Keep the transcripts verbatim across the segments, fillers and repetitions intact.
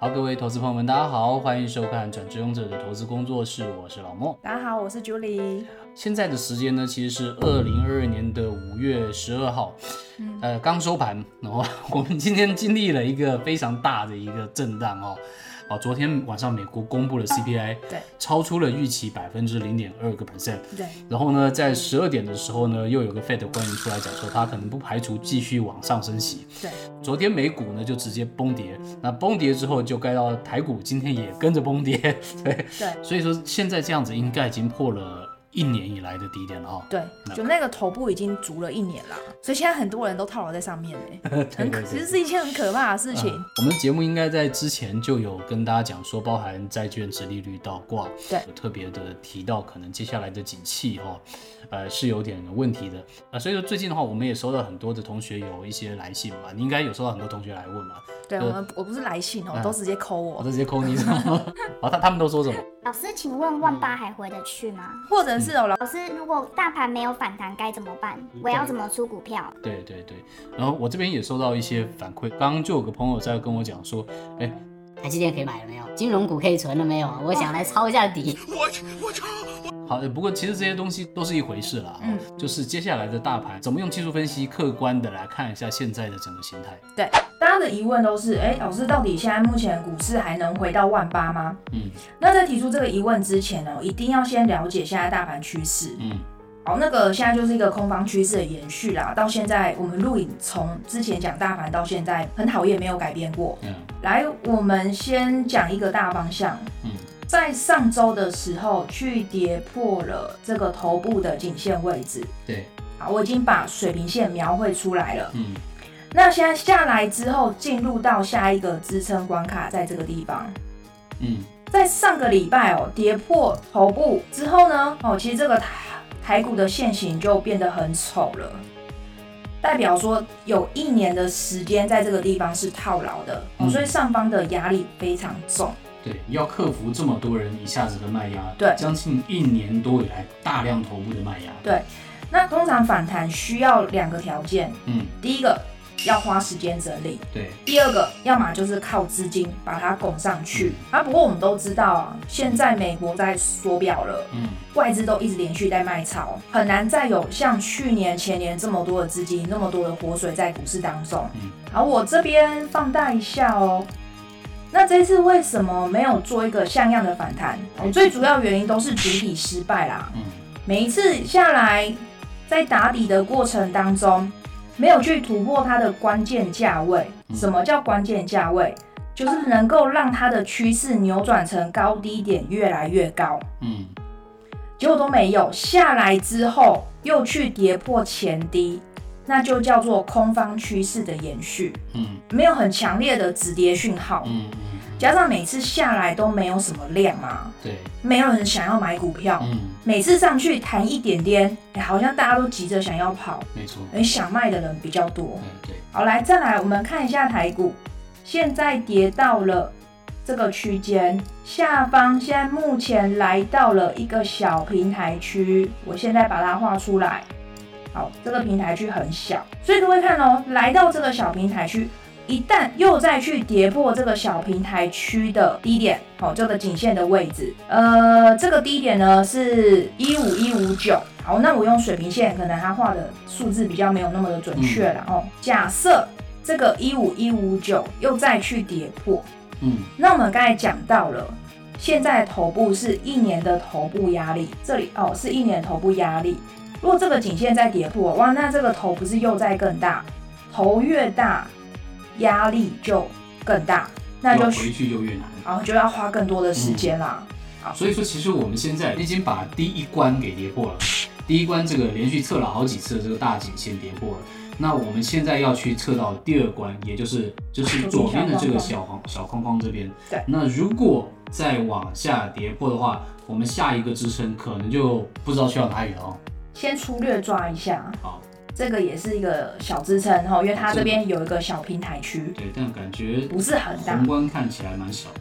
好，各位投资朋友们，大家好，欢迎收看转职勇者的投资工作室，我是老莫。 大家好，我是 Julie。 现在的时间呢，其实是二零二二年的五月十二号，嗯、呃，刚收盘，然后我们今天经历了一个非常大的一个震荡哦。哦，昨天晚上美国公布了 C P I， 对， 超出了预期百分之零点二个 percent， 对。 然后呢，在十二点的时候呢，又有个 Fed 官员出来讲说，他可能不排除继续往上升息。 对。 昨天美股呢就直接崩跌，那崩跌之后就该到台股，今天也跟着崩跌，对。 对。 所以说现在这样子应该已经破了一年以来的低点了哈、哦。 对，就那个头部已经足了一年了，所以现在很多人都套牢在上面哎，很可，其实是一件很可怕的事情、 呃。我们节目应该在之前就有跟大家讲说，包含债券殖利率倒挂， 对， 有特别的提到可能接下来的景气哈、哦，呃是有点问题的。呃，所以说最近的话，我们也收到很多的同学有一些来信嘛，你应该有收到很多同学来问嘛。 对，我们我不是来信哦，嗯、都直接 call 我， 我都直接 call 你什么？哦，他他们都说什么？ 老师，请问万八还回得去吗？ 或者是哦， 老师，如果大盘没有反弹该怎么办？我要怎么出股票？ 对对对，然后我这边也收到一些反馈，刚刚就有个朋友在跟我讲说，哎， 台积电可以买了没有？金融股可以存了没有？我想来抄一下底。 我我操！好，不过其实这些东西都是一回事啦，嗯，就是接下来的大盘怎么用技术分析客观的来看一下现在的整个形态。 对，大家的疑问都是，哎，老师到底现在目前股市还能回到万八吗？嗯，那在提出这个疑问之前呢，一定要先了解现在大盘趋势。嗯。好，那个现在就是一个空方趋势的延续啦。到现在我们录影从之前讲大盘到现在，很讨厌没有改变过。嗯，来，我们先讲一个大方向。嗯，在上周的时候去跌破了这个头部的颈线位置。 对， 好，我已经把水平线描绘出来了。嗯，那现在下来之后，进入到下一个支撑关卡，在这个地方。嗯，在上个礼拜哦，跌破头部之后呢，哦，其实这个台台股的线型就变得很丑了，代表说有一年的时间在这个地方是套牢的，嗯、所以上方的压力非常重。 对，要克服这么多人一下子的卖压， 对， 将近一年多以来大量头部的卖压。 对，那通常反弹需要两个条件，嗯，第一个要花时间整理， 对， 第二个要么就是靠资金把它拱上去、嗯、啊。不过我们都知道啊，现在美国在缩表了，嗯，外资都一直连续在卖超，很难再有像去年前年这么多的资金，那么多的活水在股市当中。嗯，好，我这边放大一下哦。那这次为什么没有做一个像样的反弹？最主要原因都是主体失败啦。嗯，每一次下来，在打底的过程当中，没有去突破它的关键价位。什么叫关键价位？就是能够让它的趋势扭转成高低点越来越高。嗯，结果都没有，下来之后又去跌破前低，那就叫做空方趋势的延续。嗯，没有很强烈的止跌讯号。嗯，加上每次下来都没有什么量啊， 对， 没有人想要买股票。嗯，每次上去弹一点点，好像大家都急着想要跑， 没错， 想卖的人比较多。 对对， 好，来再来，我们看一下台股，现在跌到了这个区间下方，现在目前来到了一个小平台区，我现在把它画出来。好，这个平台区很小，所以各位看哦，来到这个小平台区。一旦又再去跌破这个小平台区的低点，好，这个颈线的位置，呃，这个低点呢是一五一五九。好，那我用水平线，可能它画的数字比较没有那么的准确了哦。假设这个一五一五九又再去跌破，嗯，那我们刚才讲到了，现在的头部是一年的头部压力，这里哦是一年的头部压力。如果这个颈线再跌破，哇，那这个头不是又再更大？头越大，压力就更大，那就回去就越难， 然后就要花更多的时间啦。嗯、好， 所以说其实我们现在已经把第一关给跌破了，第一关这个连续测了好几次的这个大颈线跌破了，那我们现在要去测到第二关，也就是就是左边的这个小框小框框这边。 对， 那如果再往下跌破的话，我们下一个支撑可能就不知道去到哪里了哦。 先粗略抓一下。 好。 这个也是一个小支撑哈，因为它这边有一个小平台区， 对，但感觉不是很大， 宏观看起来蛮小。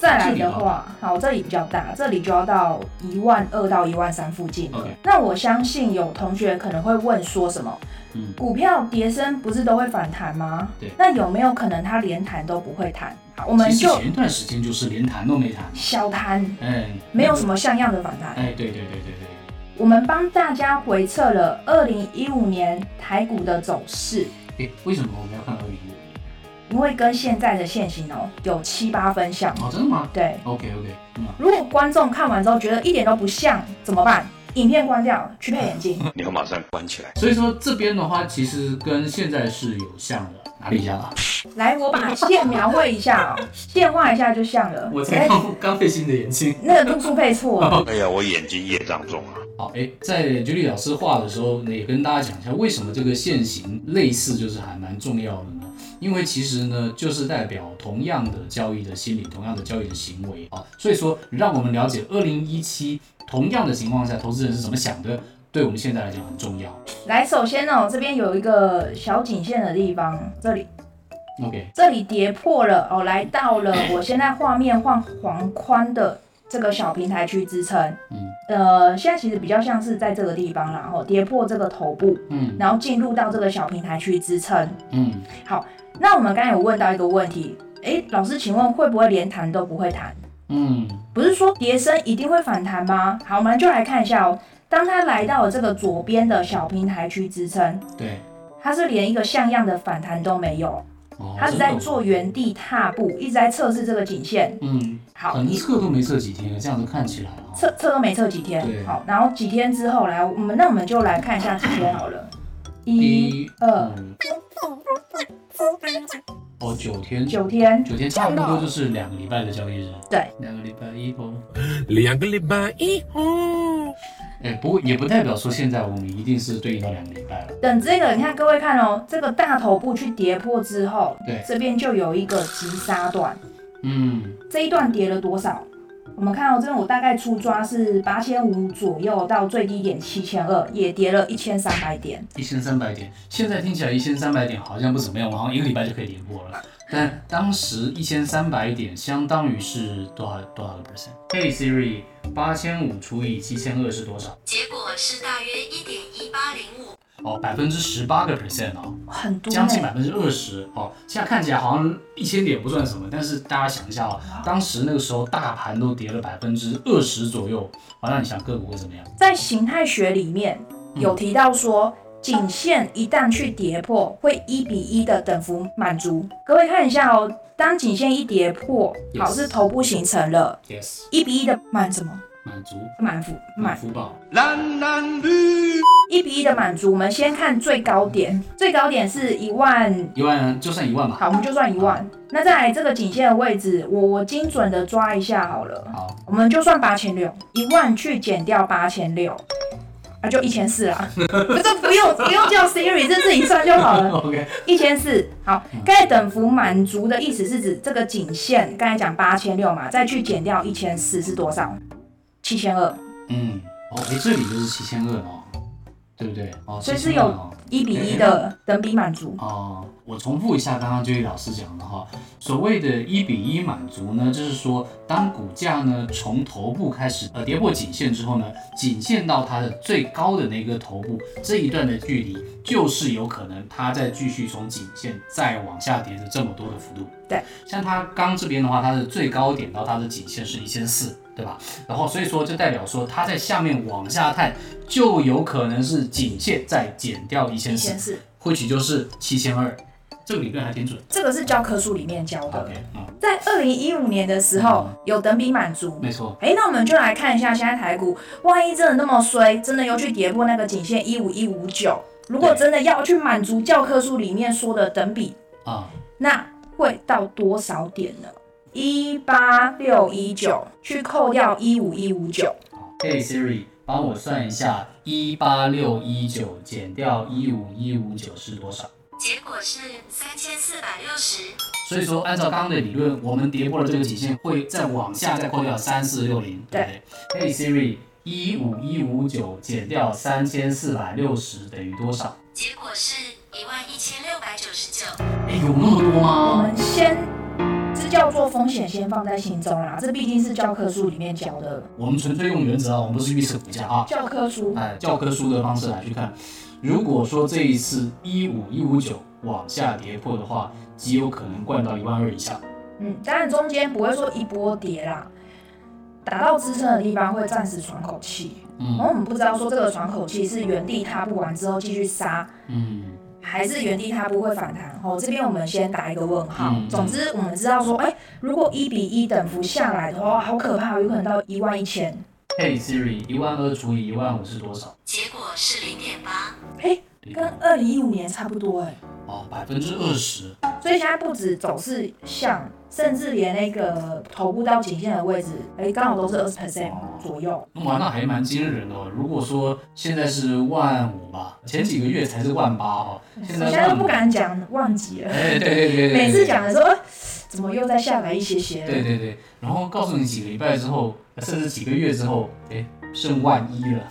再来的话，好，这里比较大，这里就要到一万二到一万三附近了。Okay. 那我相信有同学可能会问说什么？嗯、股票跌升不是都会反弹吗？ 对。 那有没有可能它连弹都不会弹？好，我们就前一段时间就是连弹都没弹， 小弹， 哎， 没有什么像样的反弹。 哎，对对对对对。 我们帮大家回测了二零一五年台股的走势。 哎，为什么我们要看二零一五？ 因为跟现在的现行哦有七八分像。 哦，真的吗？ 对。 OK OK、嗯。 如果观众看完之后觉得一点都不像，怎么办？影片关掉，去配眼镜。 你要马上关起来。 所以说这边的话，其实跟现在是有像的，哪里像啊？ 来，我把线描绘一下哦，线画一下就像了。 我才刚刚配新的眼镜， 那个度数配错了。 哎呀，我眼睛业障重啊。 好，哎，在Julie老师画的时候，也跟大家讲一下，为什么这个线型类似，就是还蛮重要的呢？因为其实呢，就是代表同样的交易的心理，同样的交易的行为啊。所以说，让我们了解二零一七同样的情况下，投资人是怎么想的，对我们现在来讲很重要。 来，首先哦，这边有一个小颈线的地方，这里。 OK， 这里跌破了哦，来到了我现在画面换黄宽的这个小平台区支撑。嗯，呃，现在其实比较像是在这个地方啦，哦，跌破这个头部，嗯，然后进入到这个小平台区支撑。嗯，好，那我们刚才有问到一个问题，哎，老师，请问会不会连弹都不会弹？嗯，不是说跌升一定会反弹吗？好，我们就来看一下哦，当它来到了这个左边的小平台区支撑， 对， 它是连一个像样的反弹都没有。他是在做原地踏步，一直在测试这个颈线。嗯，好， 可能测都没测几天，这样子看起来哦。 测测都没测几天。好，然后几天之后来，我们那我们就来看一下几天好了。一、二。 哦，九天。 九天。 九天差不多就是两个礼拜的交易日。 对。 两个礼拜以后。 两个礼拜以后。 哎，不过也不代表说现在我们一定是对应到两个礼拜了。 等这个，你看各位看哦，这个大头部去跌破之后， 对， 这边就有一个急杀段。 嗯， 这一段跌了多少？我们看到、哦、这边我大概出抓是八千五左右，到最低点七千二，也跌了一千三百点。 一千三百点，现在听起来一千三百点好像不怎么样，好像一个礼拜就可以跌破了。但当时一千三百点相当于是多少多少个 percent？Hey Siri， 八千五除以七千二是多少？ 结果是大约一点一八零五。 哦，百分之十八个 percent 哦， 很多， 将近百分之二十哦。现在看起来好像一千点不算什么，但是大家想一下哦，当时那个时候大盘都跌了百分之二十左右，好，那你想个股会怎么样？ 在形态学里面有提到说。嗯，颈线一旦去跌破，会一比一的等幅满足。各位看一下哦，当颈线一跌破， yes. 好是头部形成了， yes. 一比一的满什么？ 满足， 满幅， 满福报， 一比一的满足。我们先看最高点，最高点是一万， 一万就算一万吧。 好，我们就算一万。那再来这个颈线的位置，我我精准的抓一下好了。 好， 我们就算八千六，一万去减掉八千六。啊，就一千四啦，这不用不用叫 Siri， 这自己算就好了。 OK， 一千四，好，刚才等幅满足的意思是指这个颈线，刚才讲八千六嘛，再去减掉一千四是多少？七千二。 嗯，哦，哎，这里就是七千二哦，对不对？哦， 所以是有一比一的等比满足。 哦，我重复一下刚刚Julie老师讲的哈，所谓的一比一满足呢，就是说当股价呢从头部开始呃跌破颈线之后呢，颈线到它的最高的那个头部这一段的距离，就是有可能它再继续从颈线再往下跌的这么多的幅度。 对， 像它刚这边的话，它的最高点到它的颈线是一千四。对吧？然后所以说就代表说它在下面往下探，就有可能是颈线再减掉一千四，或许就是七千二。这个理论还挺准。 这个是教科书里面教的。 Okay, 嗯、 在二零一五年的时候、嗯、有等比满足， 没错。 哎，那我们就来看一下现在台股，万一真的那么衰，真的又去跌破那个颈线一五一五九，如果真的要去满足教科书里面说的等比啊、嗯，那会到多少点呢？一八六一九去扣掉一五一五九。 Hey Siri， 帮我算一下一八六一九减掉一五一五九是多少？ 结果是三千四百六十。 所以说，按照刚刚的理论，我们跌破了这个颈线，会再往下再扣掉三四六零，对不对？ Hey Siri， 一五一五九减掉三千四百六十等于多少？ 结果是一万一千六百九十九。 哎，有那么多吗？ 我们先。教叫做风险先放在心中啦，这毕竟是教科书里面教的。 我们纯粹用原则啊，我们不是预测股价啊。 教科书， 哎，教科书的方式来去看，如果说这一次一五一五九往下跌破的话，极有可能灌到一万二以下。 嗯，当然中间不会说一波跌啦，打到支撑的地方会暂时喘口气。嗯，然后我们不知道说这个喘口气是原地踏步完之后继续杀，嗯，还是原地踏步会反弹。哦，这边我们先打一个问号。嗯、总之我们知道说，哎，如果一比一等幅下来的话，好可怕，有可能到一万一千。 Hey Siri， 一万二除以一万五是多少？ 结果是零点八。 哎，跟二零一五年差不多哎。 哦，百分之二十。 所以现在不止走势像，甚至连那个头部到颈线的位置，哎，刚好都是二十 percent 左右。 哇，那还蛮惊人的哦。如果说现在是万五吧，前几个月才是万八哦，现在我现在都不敢讲万几了。 哎，对对对对。 每次讲的时候，哎，怎么又再下来一些些了？ 对对对。然后告诉你几个礼拜之后，甚至几个月之后，哎，剩万一了。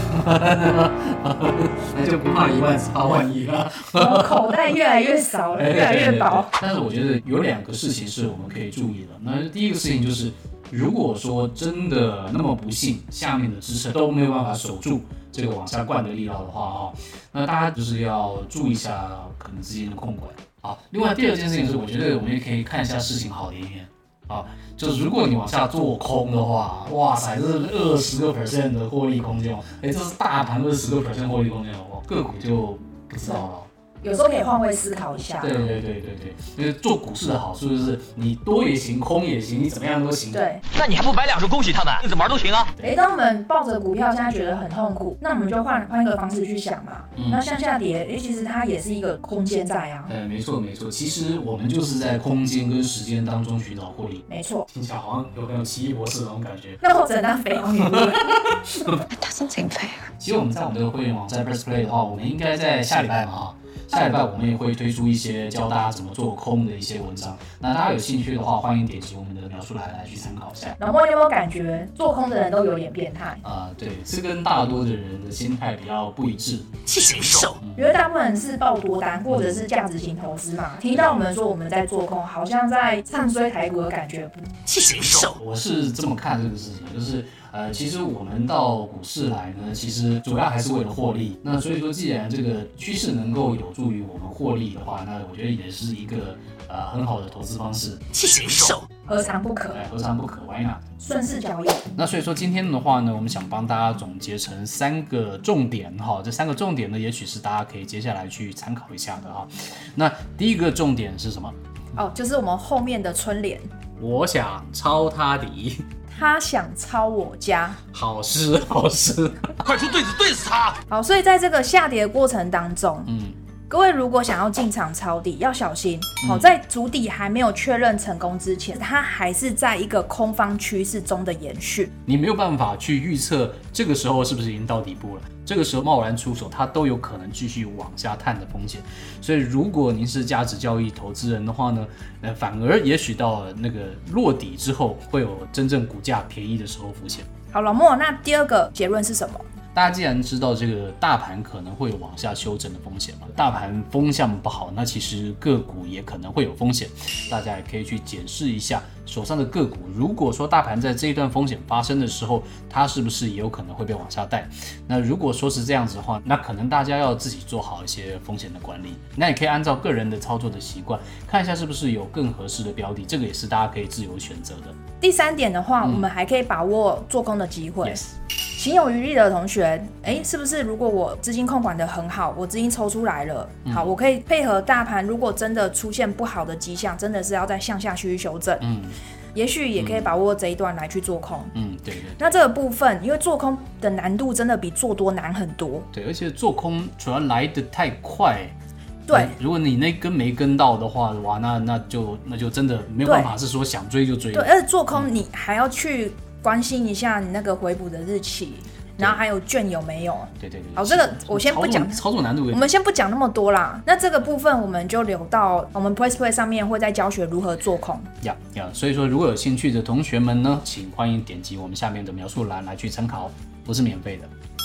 那就不怕一万，只怕万一了。 我口袋越来越少了，越来越薄。 但是我觉得有两个事情是我们可以注意的。那第一个事情就是，如果说真的那么不幸，下面的支撑都没有办法守住这个往下灌的力道的话啊，那大家就是要注意一下可能资金的控管。好，另外第二件事情是，我觉得我们也可以看一下事情好的一面。啊，就是如果你往下做空的话，哇塞，这是二十个 percent 的获利空间哦，哎，这是大盘二十个 percent 获利空间哦，个股就不知道了。 有时候可以换位思考一下。 对对对对对，因为做股市的好处就是你多也行，空也行，你怎么样都行。 对， 那你还不摆两手恭喜他们，你怎么玩都行啊。 哎，当我们抱着股票现在觉得很痛苦，那我们就换换一个方式去想嘛。嗯、那向下跌，哎，其实它也是一个空间在啊。 哎，没错没错，其实我们就是在空间跟时间当中寻找获利。 没错， 听起来好像有很有奇异博士那种感觉。 那我只能当肥羊语录。 他心情废啊。 其实我们在我们的会员网站 Press Play 的话，我们应该在下礼拜嘛。下礼拜我们也会推出一些教大家怎么做空的一些文章，那大家有兴趣的话，欢迎点击我们的描述栏来去参考一下。 然后你有没有感觉做空的人都有点变态？ 啊、呃，对，是跟大多的人的心态比较不一致。 气谁手？ 因为大部分人是抱多单或者是价值型投资嘛，听到我们说我们在做空，好像在唱衰台股的感觉。 气谁手？ 我是这么看这个事情，就是。呃，其实我们到股市来呢，其实主要还是为了获利。那所以说，既然这个趋势能够有助于我们获利的话，那我觉得也是一个呃很好的投资方式。 气谁手？ 何尝不可？ 何尝不可 ？Why not？ 顺势交易。 那所以说今天的话呢，我们想帮大家总结成三个重点哈。这三个重点呢，也许是大家可以接下来去参考一下的哈。那第一个重点是什么？ 哦，就是我们后面的春联。 我想抄他底。 他想抄我家， 好事好事， 快出对子对死他！ 好，所以在这个下跌的过程当中，嗯，各位如果想要进场抄底，要小心。好、嗯，在主底还没有确认成功之前，它还是在一个空方趋势中的延续。 你没有办法去预测这个时候是不是已经到底部了，这个时候贸然出手，它都有可能继续往下探的风险。所以，如果您是价值交易投资人的话呢，呃，反而也许到了那个落底之后，会有真正股价便宜的时候浮现。 好，老莫，那第二个结论是什么？ 大家既然知道这个大盘可能会有往下修正的风险嘛，大盘风向不好，那其实个股也可能会有风险。大家也可以去检视一下手上的个股，如果说大盘在这一段风险发生的时候，它是不是也有可能会被往下带？那如果说是这样子的话，那可能大家要自己做好一些风险的管理。那也可以按照个人的操作的习惯，看一下是不是有更合适的标的，这个也是大家可以自由选择的。 第三点的话，嗯、我们还可以把握做空的机会。 Yes。 行有余力的同学，哎，是不是如果我资金控管得很好，我资金抽出来了，嗯、好，我可以配合大盘，如果真的出现不好的迹象，真的是要再向下去修正，嗯，也许也可以把握这一段来去做空， 嗯，对 对, 对。 那这个部分，因为做空的难度真的比做多难很多， 对，而且做空主要来得太快。 对， 如果你那根没跟到的话，哇，那那就那就真的没有办法是说想追就追。 对，而且做空你还要去关心一下你那个回补的日期，然后还有券有没有。 对对对。 好，这个我先不讲操作难度， 我们先不讲那么多啦。那这个部分我们就留到我们 Press Play 上面会再教学如何做空。 呀呀，所以说如果有兴趣的同学们呢，请欢迎点击我们下面的描述栏来去参考，不是免费的。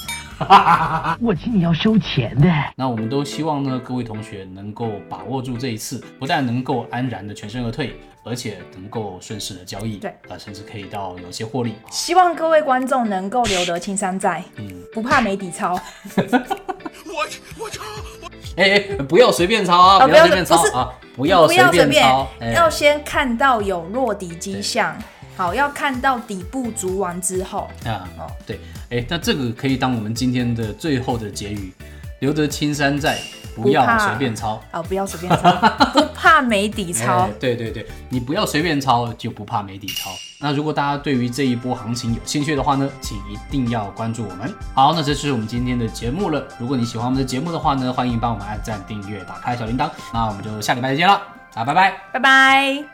我请你要收钱的。 那我们都希望呢，各位同学能够把握住这一次，不但能够安然的全身而退，而且能够顺势的交易， 对， 啊，甚至可以到有些获利。 希望各位观众能够留得青山在，嗯，不怕没底抄。 我我操！ 哎哎，不要随便抄啊！ 哦、 不要随便抄不是啊！不要随便抄， 欸、要先看到有落底迹象，好，要看到底部筑完之后啊，哦，对，哎，那这个可以当我们今天的最后的结语：留得青山在，不要随便抄啊、哦！不要随便抄，不怕没底抄。 对对对，你不要随便抄，就不怕没底抄。那如果大家对于这一波行情有兴趣的话呢，请一定要关注我们。好，那这就是我们今天的节目了。如果你喜欢我们的节目的话呢，欢迎帮我们按赞、订阅、打开小铃铛。那我们就下礼拜再见了，啊，拜拜， 拜拜。